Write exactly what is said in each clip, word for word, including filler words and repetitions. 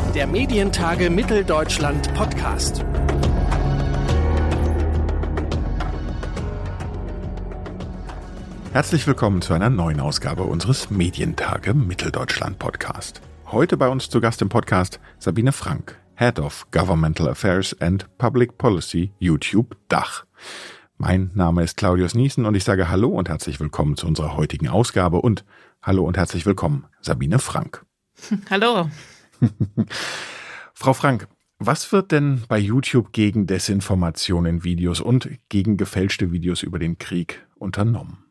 Der Medientage Mitteldeutschland Podcast. Herzlich willkommen zu einer neuen Ausgabe unseres Medientage Mitteldeutschland Podcast. Heute bei uns zu Gast im Podcast Sabine Frank, Head of Governmental Affairs and Public Policy, YouTube Dach. Mein Name ist Claudius Niesen und ich sage Hallo und herzlich willkommen zu unserer heutigen Ausgabe und Hallo und herzlich willkommen, Sabine Frank. Hallo. Frau Frank, was wird denn bei YouTube gegen Desinformation in Videos und gegen gefälschte Videos über den Krieg unternommen?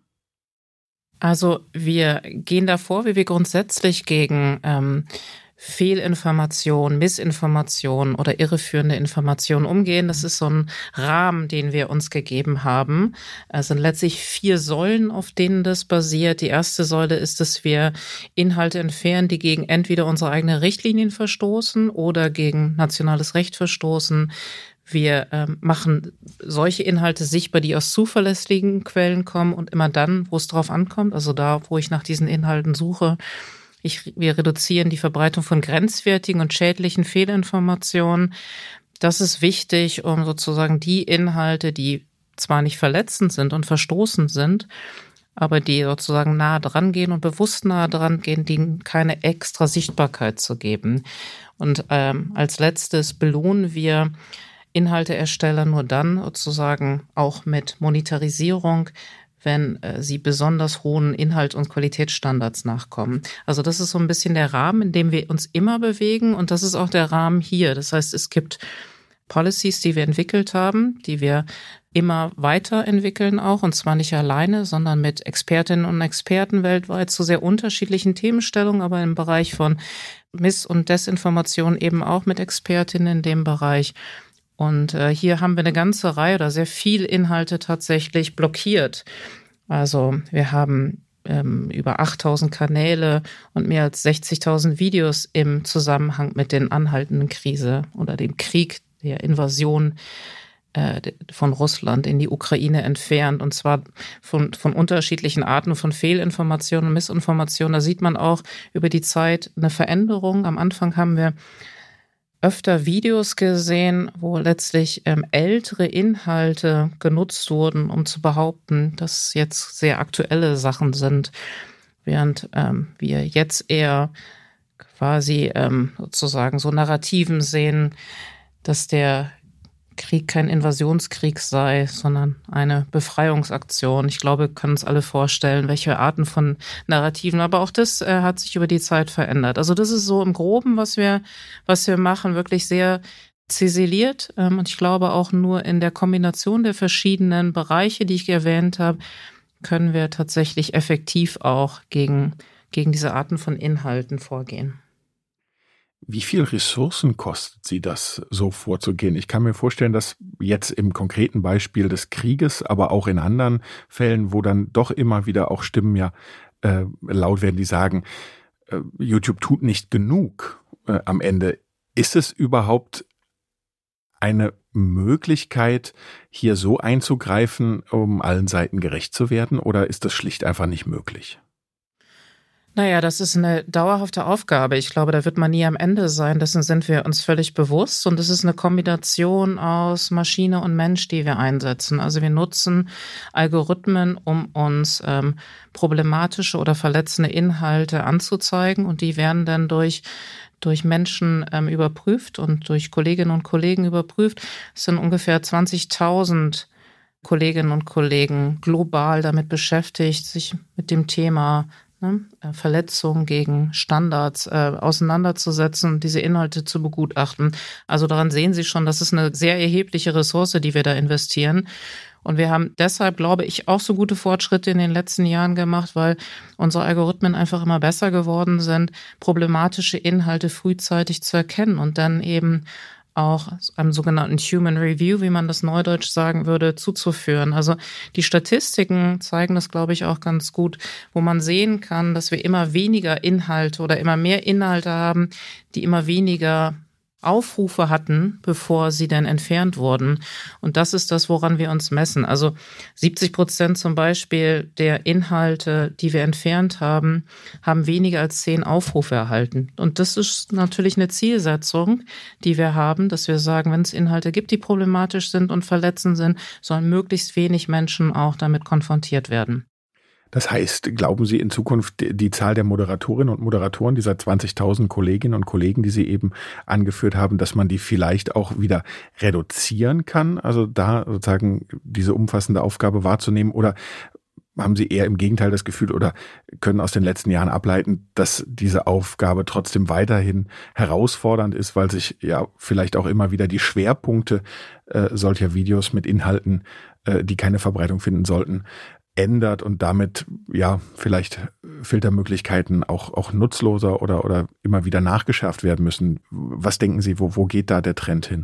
Also wir gehen davor, wie wir grundsätzlich gegen ähm, Fehlinformation, Missinformation oder irreführende Informationen umgehen. Das ist so ein Rahmen, den wir uns gegeben haben. Es sind letztlich vier Säulen, auf denen das basiert. Die erste Säule ist, dass wir Inhalte entfernen, die gegen entweder unsere eigenen Richtlinien verstoßen oder gegen nationales Recht verstoßen. Wir ähm, machen solche Inhalte sichtbar, die aus zuverlässigen Quellen kommen und immer dann, wo es drauf ankommt, also da, wo ich nach diesen Inhalten suche. Ich, wir reduzieren die Verbreitung von grenzwertigen und schädlichen Fehlinformationen. Das ist wichtig, um sozusagen die Inhalte, die zwar nicht verletzend sind und verstoßend sind, aber die sozusagen nahe dran gehen und bewusst nahe dran gehen, denen keine extra Sichtbarkeit zu geben. Und ähm, als letztes belohnen wir Inhalteersteller nur dann sozusagen auch mit Monetarisierung, wenn äh, sie besonders hohen Inhalt- und Qualitätsstandards nachkommen. Also das ist so ein bisschen der Rahmen, in dem wir uns immer bewegen und das ist auch der Rahmen hier. Das heißt, es gibt Policies, die wir entwickelt haben, die wir immer weiterentwickeln auch und zwar nicht alleine, sondern mit Expertinnen und Experten weltweit zu sehr unterschiedlichen Themenstellungen, aber im Bereich von Miss- und Desinformation eben auch mit Expertinnen in dem Bereich. Und äh, hier haben wir eine ganze Reihe oder sehr viel Inhalte tatsächlich blockiert. Also wir haben ähm, über achttausend Kanäle und mehr als sechzigtausend Videos im Zusammenhang mit den anhaltenden Krise oder dem Krieg, der Invasion äh, von Russland in die Ukraine entfernt. Und zwar von, von unterschiedlichen Arten von Fehlinformationen und Missinformationen. Da sieht man auch über die Zeit eine Veränderung. Am Anfang haben wir öfter Videos gesehen, wo letztlich ähm, ältere Inhalte genutzt wurden, um zu behaupten, dass jetzt sehr aktuelle Sachen sind, während ähm, wir jetzt eher quasi ähm, sozusagen so Narrativen sehen, dass der Krieg kein Invasionskrieg sei, sondern eine Befreiungsaktion. Ich glaube, wir können uns alle vorstellen, welche Arten von Narrativen, aber auch das äh, hat sich über die Zeit verändert. Also das ist so im Groben, was wir, was wir machen, wirklich sehr ziseliert. Ähm, und ich glaube auch nur in der Kombination der verschiedenen Bereiche, die ich erwähnt habe, können wir tatsächlich effektiv auch gegen, gegen diese Arten von Inhalten vorgehen. Wie viel Ressourcen kostet Sie das, so vorzugehen? Ich kann mir vorstellen, dass jetzt im konkreten Beispiel des Krieges, aber auch in anderen Fällen, wo dann doch immer wieder auch Stimmen ja äh, laut werden, die sagen, äh, YouTube tut nicht genug äh, am Ende. Ist es überhaupt eine Möglichkeit, hier so einzugreifen, um allen Seiten gerecht zu werden, oder ist das schlicht einfach nicht möglich? Naja, das ist eine dauerhafte Aufgabe. Ich glaube, da wird man nie am Ende sein. Dessen sind wir uns völlig bewusst. Und es ist eine Kombination aus Maschine und Mensch, die wir einsetzen. Also wir nutzen Algorithmen, um uns ähm, problematische oder verletzende Inhalte anzuzeigen. Und die werden dann durch durch Menschen ähm, überprüft und durch Kolleginnen und Kollegen überprüft. Es sind ungefähr zwanzigtausend Kolleginnen und Kollegen global damit beschäftigt, sich mit dem Thema Ne, Verletzungen gegen Standards äh, auseinanderzusetzen und diese Inhalte zu begutachten. Also daran sehen Sie schon, das ist eine sehr erhebliche Ressource, die wir da investieren. Und wir haben deshalb, glaube ich, auch so gute Fortschritte in den letzten Jahren gemacht, weil unsere Algorithmen einfach immer besser geworden sind, problematische Inhalte frühzeitig zu erkennen und dann eben auch einem sogenannten Human Review, wie man das neudeutsch sagen würde, zuzuführen. Also die Statistiken zeigen das, glaube ich, auch ganz gut, wo man sehen kann, dass wir immer weniger Inhalte oder immer mehr Inhalte haben, die immer weniger Aufrufe hatten, bevor sie dann entfernt wurden. Und das ist das, woran wir uns messen. Also siebzig Prozent zum Beispiel der Inhalte, die wir entfernt haben, haben weniger als zehn Aufrufe erhalten. Und das ist natürlich eine Zielsetzung, die wir haben, dass wir sagen, wenn es Inhalte gibt, die problematisch sind und verletzend sind, sollen möglichst wenig Menschen auch damit konfrontiert werden. Das heißt, glauben Sie in Zukunft die Zahl der Moderatorinnen und Moderatoren, dieser zwanzigtausend Kolleginnen und Kollegen, die Sie eben angeführt haben, dass man die vielleicht auch wieder reduzieren kann? Also da sozusagen diese umfassende Aufgabe wahrzunehmen, oder haben Sie eher im Gegenteil das Gefühl oder können aus den letzten Jahren ableiten, dass diese Aufgabe trotzdem weiterhin herausfordernd ist, weil sich ja vielleicht auch immer wieder die Schwerpunkte äh, solcher Videos mit Inhalten, äh, die keine Verbreitung finden sollten, ändert und damit ja vielleicht Filtermöglichkeiten auch auch nutzloser oder oder immer wieder nachgeschärft werden müssen. Was denken Sie, wo wo geht da der Trend hin?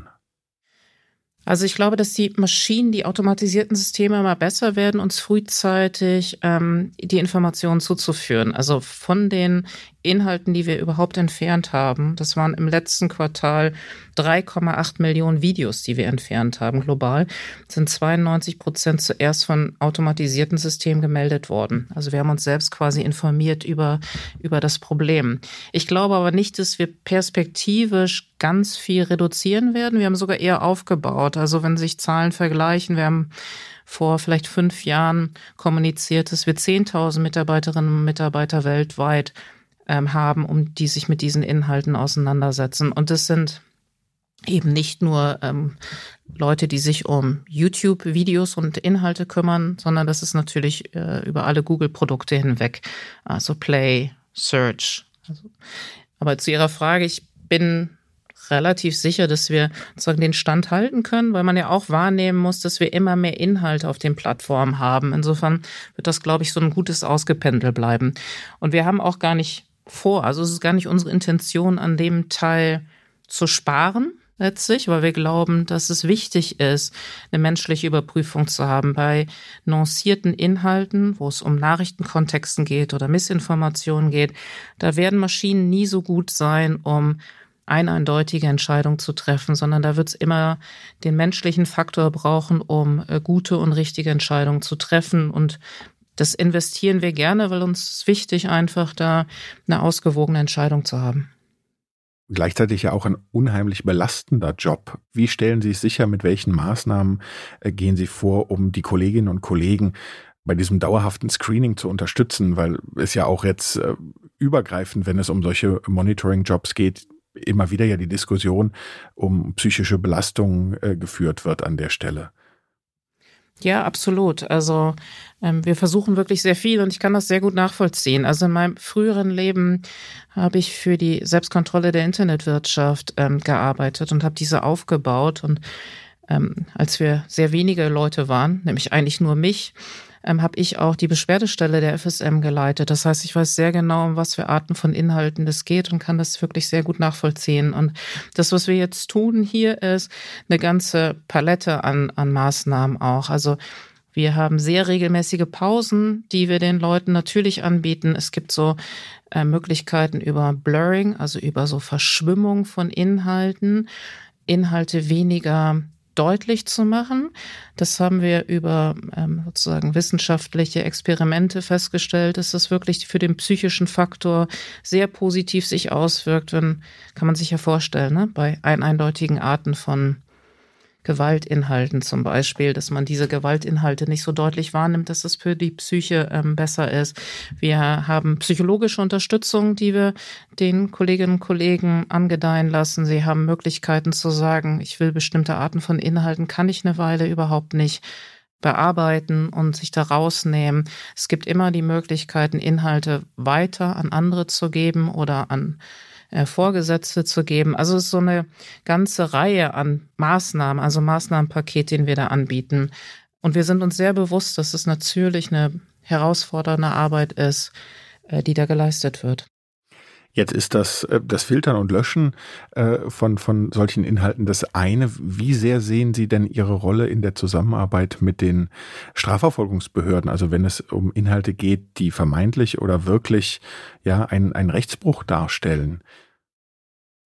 Also ich glaube, dass die Maschinen, die automatisierten Systeme immer besser werden, uns frühzeitig ähm, die Informationen zuzuführen. Also von den Inhalten, die wir überhaupt entfernt haben, das waren im letzten Quartal drei Komma acht Millionen Videos, die wir entfernt haben global, sind zweiundneunzig Prozent zuerst von automatisierten Systemen gemeldet worden. Also wir haben uns selbst quasi informiert über, über das Problem. Ich glaube aber nicht, dass wir perspektivisch ganz viel reduzieren werden. Wir haben sogar eher aufgebaut. Also wenn sich Zahlen vergleichen, wir haben vor vielleicht fünf Jahren kommuniziert, dass wir zehntausend Mitarbeiterinnen und Mitarbeiter weltweit ähm, haben, um die sich mit diesen Inhalten auseinandersetzen. Und das sind eben nicht nur ähm, Leute, die sich um YouTube-Videos und Inhalte kümmern, sondern das ist natürlich äh, über alle Google-Produkte hinweg. Also Play, Search. Also, aber zu Ihrer Frage, ich bin relativ sicher, dass wir sozusagen den Stand halten können, weil man ja auch wahrnehmen muss, dass wir immer mehr Inhalte auf den Plattformen haben. Insofern wird das, glaube ich, so ein gutes Ausgependel bleiben. Und wir haben auch gar nicht vor, also es ist gar nicht unsere Intention, an dem Teil zu sparen letztlich, weil wir glauben, dass es wichtig ist, eine menschliche Überprüfung zu haben. Bei nuancierten Inhalten, wo es um Nachrichtenkontexten geht oder Missinformationen geht, da werden Maschinen nie so gut sein, um eine eindeutige Entscheidung zu treffen, sondern da wird es immer den menschlichen Faktor brauchen, um äh, gute und richtige Entscheidungen zu treffen. Und das investieren wir gerne, weil uns ist wichtig, einfach da eine ausgewogene Entscheidung zu haben. Gleichzeitig ja auch ein unheimlich belastender Job. Wie stellen Sie es sicher, mit welchen Maßnahmen äh, gehen Sie vor, um die Kolleginnen und Kollegen bei diesem dauerhaften Screening zu unterstützen? Weil es ja auch jetzt äh, übergreifend, wenn es um solche Monitoring-Jobs geht, immer wieder ja die Diskussion um psychische Belastung äh, geführt wird an der Stelle. Ja, absolut. Also ähm, wir versuchen wirklich sehr viel und ich kann das sehr gut nachvollziehen. Also in meinem früheren Leben habe ich für die Selbstkontrolle der Internetwirtschaft ähm, gearbeitet und habe diese aufgebaut. Und ähm, als wir sehr wenige Leute waren, nämlich eigentlich nur mich, ähm, habe ich auch die Beschwerdestelle der F S M geleitet. Das heißt, ich weiß sehr genau, um was für Arten von Inhalten es geht und kann das wirklich sehr gut nachvollziehen. Und das, was wir jetzt tun hier, ist eine ganze Palette an, an Maßnahmen auch. Also wir haben sehr regelmäßige Pausen, die wir den Leuten natürlich anbieten. Es gibt so äh, Möglichkeiten über Blurring, also über so Verschwimmung von Inhalten, Inhalte weniger deutlich zu machen. Das haben wir über ähm, sozusagen wissenschaftliche Experimente festgestellt, dass das wirklich für den psychischen Faktor sehr positiv sich auswirkt, wenn, kann man sich ja vorstellen, ne, bei ein, eindeutigen Arten von Gewaltinhalten zum Beispiel, dass man diese Gewaltinhalte nicht so deutlich wahrnimmt, dass das für die Psyche ähm, besser ist. Wir haben psychologische Unterstützung, die wir den Kolleginnen und Kollegen angedeihen lassen. Sie haben Möglichkeiten zu sagen, ich will bestimmte Arten von Inhalten, kann ich eine Weile überhaupt nicht bearbeiten und sich da rausnehmen. Es gibt immer die Möglichkeiten, Inhalte weiter an andere zu geben oder an Vorgesetzte zu geben. Also es ist so eine ganze Reihe an Maßnahmen, also Maßnahmenpaket, den wir da anbieten. Und wir sind uns sehr bewusst, dass es natürlich eine herausfordernde Arbeit ist, die da geleistet wird. Jetzt ist das, das Filtern und Löschen von, von solchen Inhalten das eine. Wie sehr sehen Sie denn Ihre Rolle in der Zusammenarbeit mit den Strafverfolgungsbehörden? Also wenn es um Inhalte geht, die vermeintlich oder wirklich ja einen, einen Rechtsbruch darstellen.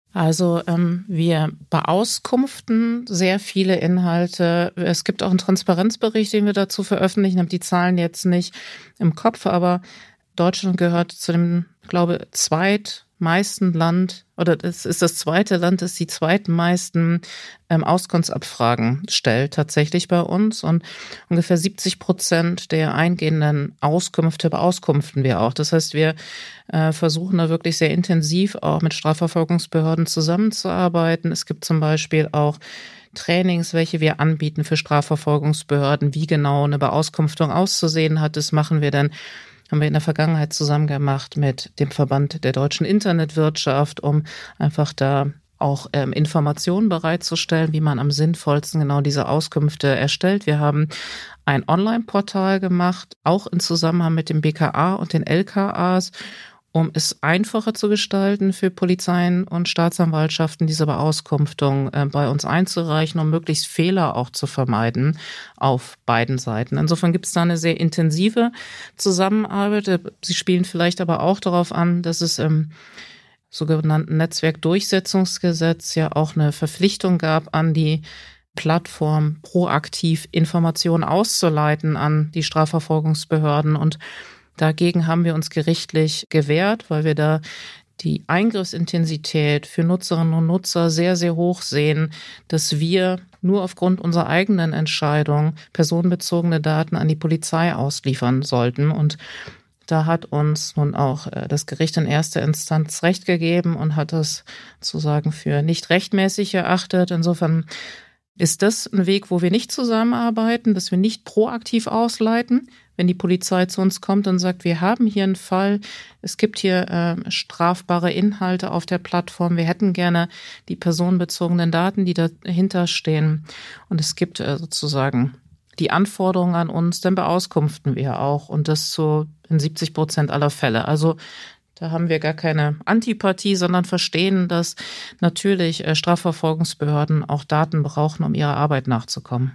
Also ähm, wir beauskunften sehr viele Inhalte. Es gibt auch einen Transparenzbericht, den wir dazu veröffentlichen. Ich habe die Zahlen jetzt nicht im Kopf, aber Deutschland gehört zu dem, glaube ich, zweitmeisten Land, oder das ist das zweite Land, das die zweitmeisten ähm, Auskunftsabfragen stellt, tatsächlich bei uns. Und ungefähr siebzig Prozent der eingehenden Auskünfte beauskunften wir auch. Das heißt, wir äh, versuchen da wirklich sehr intensiv auch mit Strafverfolgungsbehörden zusammenzuarbeiten. Es gibt zum Beispiel auch Trainings, welche wir anbieten für Strafverfolgungsbehörden, wie genau eine Beauskunftung auszusehen hat. Das machen wir dann haben wir in der Vergangenheit zusammen gemacht mit dem Verband der deutschen Internetwirtschaft, um einfach da auch ähm, Informationen bereitzustellen, wie man am sinnvollsten genau diese Auskünfte erstellt. Wir haben ein Online-Portal gemacht, auch in Zusammenhang mit dem B K A und den L K As, um es einfacher zu gestalten für Polizeien und Staatsanwaltschaften, diese Beauskunftung äh, bei uns einzureichen, um möglichst Fehler auch zu vermeiden auf beiden Seiten. Insofern gibt es da eine sehr intensive Zusammenarbeit. Sie spielen vielleicht aber auch darauf an, dass es im sogenannten Netzwerkdurchsetzungsgesetz ja auch eine Verpflichtung gab, an die Plattform proaktiv Informationen auszuleiten an die Strafverfolgungsbehörden. Und dagegen haben wir uns gerichtlich gewehrt, weil wir da die Eingriffsintensität für Nutzerinnen und Nutzer sehr, sehr hoch sehen, dass wir nur aufgrund unserer eigenen Entscheidung personenbezogene Daten an die Polizei ausliefern sollten. Und da hat uns nun auch das Gericht in erster Instanz Recht gegeben und hat das sozusagen für nicht rechtmäßig erachtet. Insofern ist das ein Weg, wo wir nicht zusammenarbeiten, dass wir nicht proaktiv ausleiten. Wenn die Polizei zu uns kommt und sagt, wir haben hier einen Fall, es gibt hier äh, strafbare Inhalte auf der Plattform, wir hätten gerne die personenbezogenen Daten, die dahinter stehen. Und es gibt äh, sozusagen die Anforderungen an uns, dann beauskunften wir auch und das zu in siebzig Prozent aller Fälle. Also da haben wir gar keine Antipathie, sondern verstehen, dass natürlich äh, Strafverfolgungsbehörden auch Daten brauchen, um ihrer Arbeit nachzukommen.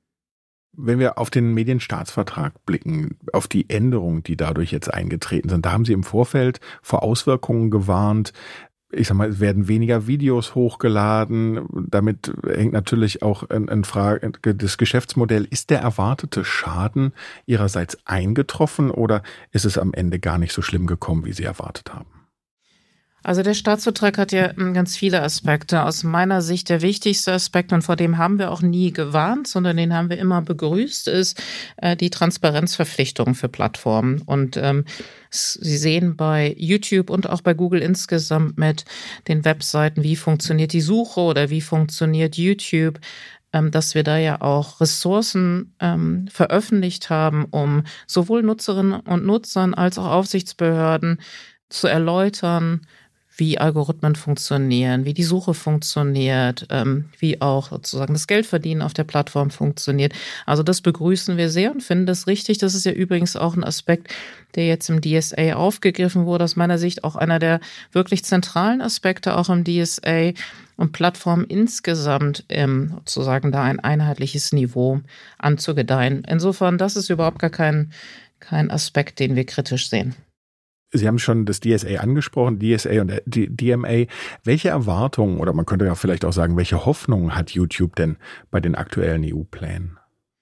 Wenn wir auf den Medienstaatsvertrag blicken, auf die Änderungen, die dadurch jetzt eingetreten sind, da haben Sie im Vorfeld vor Auswirkungen gewarnt. Ich sag mal, es werden weniger Videos hochgeladen. Damit hängt natürlich auch in Frage das Geschäftsmodell. Ist der erwartete Schaden Ihrerseits eingetroffen oder ist es am Ende gar nicht so schlimm gekommen, wie Sie erwartet haben? Also der Staatsvertrag hat ja ganz viele Aspekte. Aus meiner Sicht der wichtigste Aspekt, und vor dem haben wir auch nie gewarnt, sondern den haben wir immer begrüßt, ist äh, die Transparenzverpflichtung für Plattformen. Und ähm, Sie sehen bei YouTube und auch bei Google insgesamt mit den Webseiten, wie funktioniert die Suche oder wie funktioniert YouTube, ähm, dass wir da ja auch Ressourcen ähm, veröffentlicht haben, um sowohl Nutzerinnen und Nutzern als auch Aufsichtsbehörden zu erläutern, wie Algorithmen funktionieren, wie die Suche funktioniert, ähm, wie auch sozusagen das Geldverdienen auf der Plattform funktioniert. Also das begrüßen wir sehr und finden das richtig. Das ist ja übrigens auch ein Aspekt, der jetzt im D S A aufgegriffen wurde. Aus meiner Sicht auch einer der wirklich zentralen Aspekte auch im D S A und Plattformen insgesamt ähm, sozusagen da ein einheitliches Niveau anzugedeihen. Insofern, das ist überhaupt gar kein, kein Aspekt, den wir kritisch sehen. Sie haben schon das D S A angesprochen, D S A und D M A. Welche Erwartungen oder man könnte ja vielleicht auch sagen, welche Hoffnungen hat YouTube denn bei den aktuellen E U-Plänen?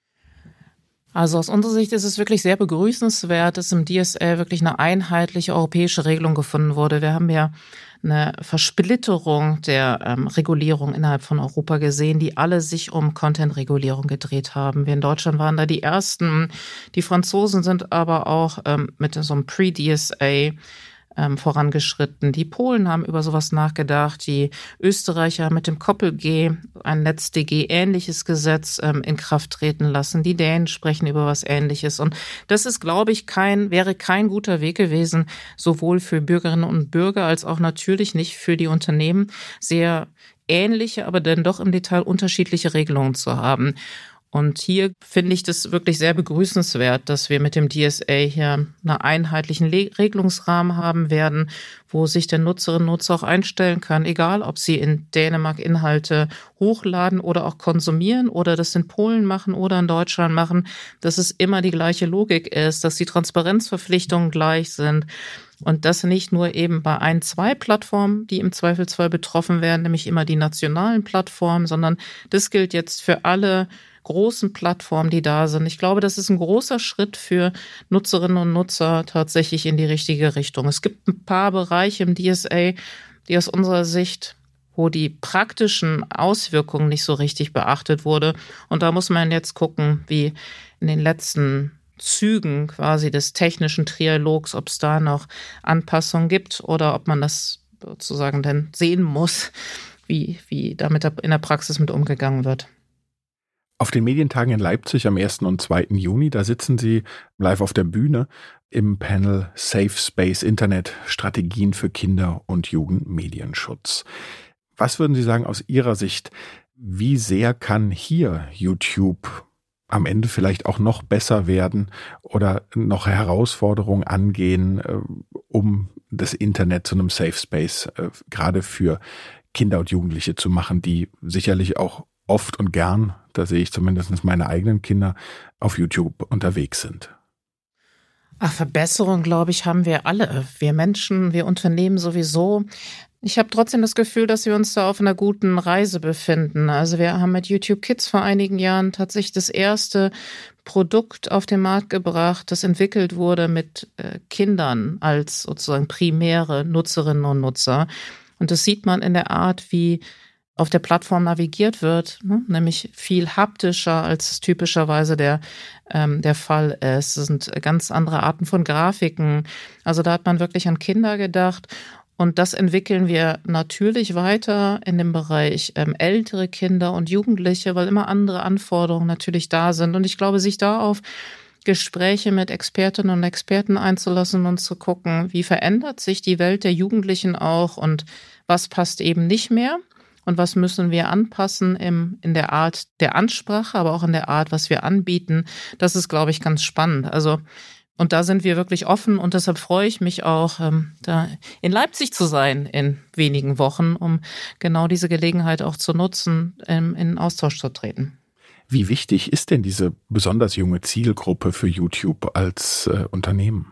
Also aus unserer Sicht ist es wirklich sehr begrüßenswert, dass im D S A wirklich eine einheitliche europäische Regelung gefunden wurde. Wir haben ja eine Versplitterung der ähm, Regulierung innerhalb von Europa gesehen, die alle sich um Content-Regulierung gedreht haben. Wir in Deutschland waren da die Ersten. Die Franzosen sind aber auch ähm, mit so einem Pre-D S A ähm, vorangeschritten. Die Polen haben über sowas nachgedacht. Die Österreicher mit dem Koppel-G, ein Netz-D G-ähnliches Gesetz ähm, in Kraft treten lassen. Die Dänen sprechen über was Ähnliches. Und das ist, glaube ich, kein, wäre kein guter Weg gewesen, sowohl für Bürgerinnen und Bürger als auch natürlich nicht für die Unternehmen, sehr ähnliche, aber dann doch im Detail unterschiedliche Regelungen zu haben. Und hier finde ich das wirklich sehr begrüßenswert, dass wir mit dem D S A hier einen einheitlichen Le- Regelungsrahmen haben werden, wo sich der Nutzerinnen und Nutzer auch einstellen kann, egal ob sie in Dänemark Inhalte hochladen oder auch konsumieren oder das in Polen machen oder in Deutschland machen, dass es immer die gleiche Logik ist, dass die Transparenzverpflichtungen gleich sind, Und das nicht nur eben bei ein, zwei Plattformen, die im Zweifelsfall betroffen werden, nämlich immer die nationalen Plattformen, sondern das gilt jetzt für alle großen Plattformen, die da sind. Ich glaube, das ist ein großer Schritt für Nutzerinnen und Nutzer tatsächlich in die richtige Richtung. Es gibt ein paar Bereiche im D S A, die aus unserer Sicht, wo die praktischen Auswirkungen nicht so richtig beachtet wurde. Und da muss man jetzt gucken, wie in den letzten Zügen quasi des technischen Trialogs, ob es da noch Anpassungen gibt oder ob man das sozusagen dann sehen muss, wie, wie damit in der Praxis mit umgegangen wird. Auf den Medientagen in Leipzig am ersten und zweiten Juni, da sitzen Sie live auf der Bühne im Panel Safe Space Internet, Strategien für Kinder- und Jugendmedienschutz. Was würden Sie sagen aus Ihrer Sicht, wie sehr kann hier YouTube am Ende vielleicht auch noch besser werden oder noch Herausforderungen angehen, um das Internet zu einem Safe Space gerade für Kinder und Jugendliche zu machen, die sicherlich auch oft und gern, da sehe ich zumindest meine eigenen Kinder, auf YouTube unterwegs sind? Ach, Verbesserung, glaube ich, haben wir alle. Wir Menschen, wir Unternehmen sowieso. Ich habe trotzdem das Gefühl, dass wir uns da auf einer guten Reise befinden. Also wir haben mit YouTube Kids vor einigen Jahren tatsächlich das erste Produkt auf den Markt gebracht, das entwickelt wurde mit äh, Kindern als sozusagen primäre Nutzerinnen und Nutzer. Und das sieht man in der Art, wie auf der Plattform navigiert wird, ne? Nämlich viel haptischer, als es typischerweise der, ähm, der Fall ist. Es sind ganz andere Arten von Grafiken. Also da hat man wirklich an Kinder gedacht. Und das entwickeln wir natürlich weiter in dem Bereich ähm, ältere Kinder und Jugendliche, weil immer andere Anforderungen natürlich da sind. Und ich glaube, sich da auf Gespräche mit Expertinnen und Experten einzulassen und zu gucken, wie verändert sich die Welt der Jugendlichen auch und was passt eben nicht mehr. Und was müssen wir anpassen im, in der Art der Ansprache, aber auch in der Art, was wir anbieten. Das ist, glaube ich, ganz spannend. Also, und da sind wir wirklich offen und deshalb freue ich mich auch, ähm, da in Leipzig zu sein in wenigen Wochen, um genau diese Gelegenheit auch zu nutzen, ähm, in Austausch zu treten. Wie wichtig ist denn diese besonders junge Zielgruppe für YouTube als äh, Unternehmen?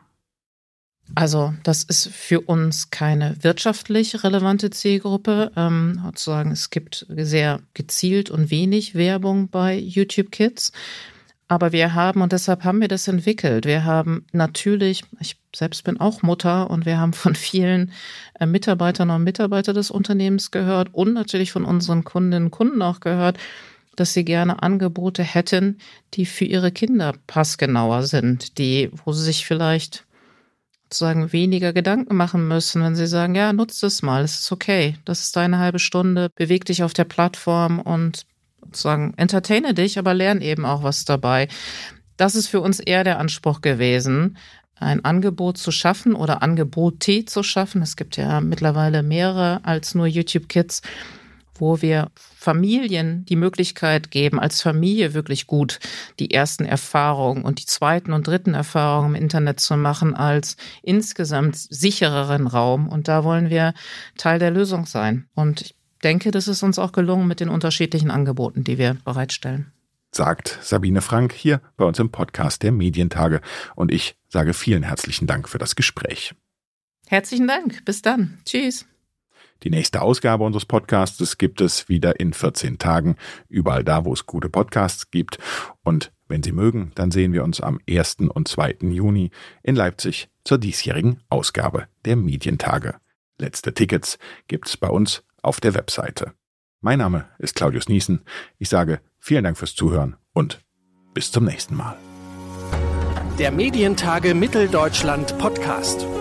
Also das ist für uns keine wirtschaftlich relevante Zielgruppe. Ähm, sozusagen, es gibt sehr gezielt und wenig Werbung bei YouTube Kids. Aber wir haben, und deshalb haben wir das entwickelt, wir haben natürlich, ich selbst bin auch Mutter und wir haben von vielen äh, Mitarbeitern und Mitarbeitern des Unternehmens gehört und natürlich von unseren Kundinnen und Kunden auch gehört, dass sie gerne Angebote hätten, die für ihre Kinder passgenauer sind, die, wo sie sich vielleicht sozusagen weniger Gedanken machen müssen, wenn sie sagen, ja, nutzt es mal, es ist okay, das ist deine halbe Stunde, beweg dich auf der Plattform und sozusagen entertaine dich, aber lern eben auch was dabei. Das ist für uns eher der Anspruch gewesen, ein Angebot zu schaffen oder Angebote zu schaffen. Es gibt ja mittlerweile mehrere als nur YouTube Kids, wo wir Familien die Möglichkeit geben, als Familie wirklich gut die ersten Erfahrungen und die zweiten und dritten Erfahrungen im Internet zu machen als insgesamt sichereren Raum. Und da wollen wir Teil der Lösung sein. Und ich denke, das ist uns auch gelungen mit den unterschiedlichen Angeboten, die wir bereitstellen. Sagt Sabine Frank hier bei uns im Podcast der Medientage. Und ich sage vielen herzlichen Dank für das Gespräch. Herzlichen Dank. Bis dann. Tschüss. Die nächste Ausgabe unseres Podcasts gibt es wieder in vierzehn Tagen, überall da, wo es gute Podcasts gibt. Und wenn Sie mögen, dann sehen wir uns am ersten und zweiten Juni in Leipzig zur diesjährigen Ausgabe der Medientage. Letzte Tickets gibt's bei uns auf der Webseite. Mein Name ist Claudius Niesen. Ich sage vielen Dank fürs Zuhören und bis zum nächsten Mal. Der Medientage Mitteldeutschland Podcast.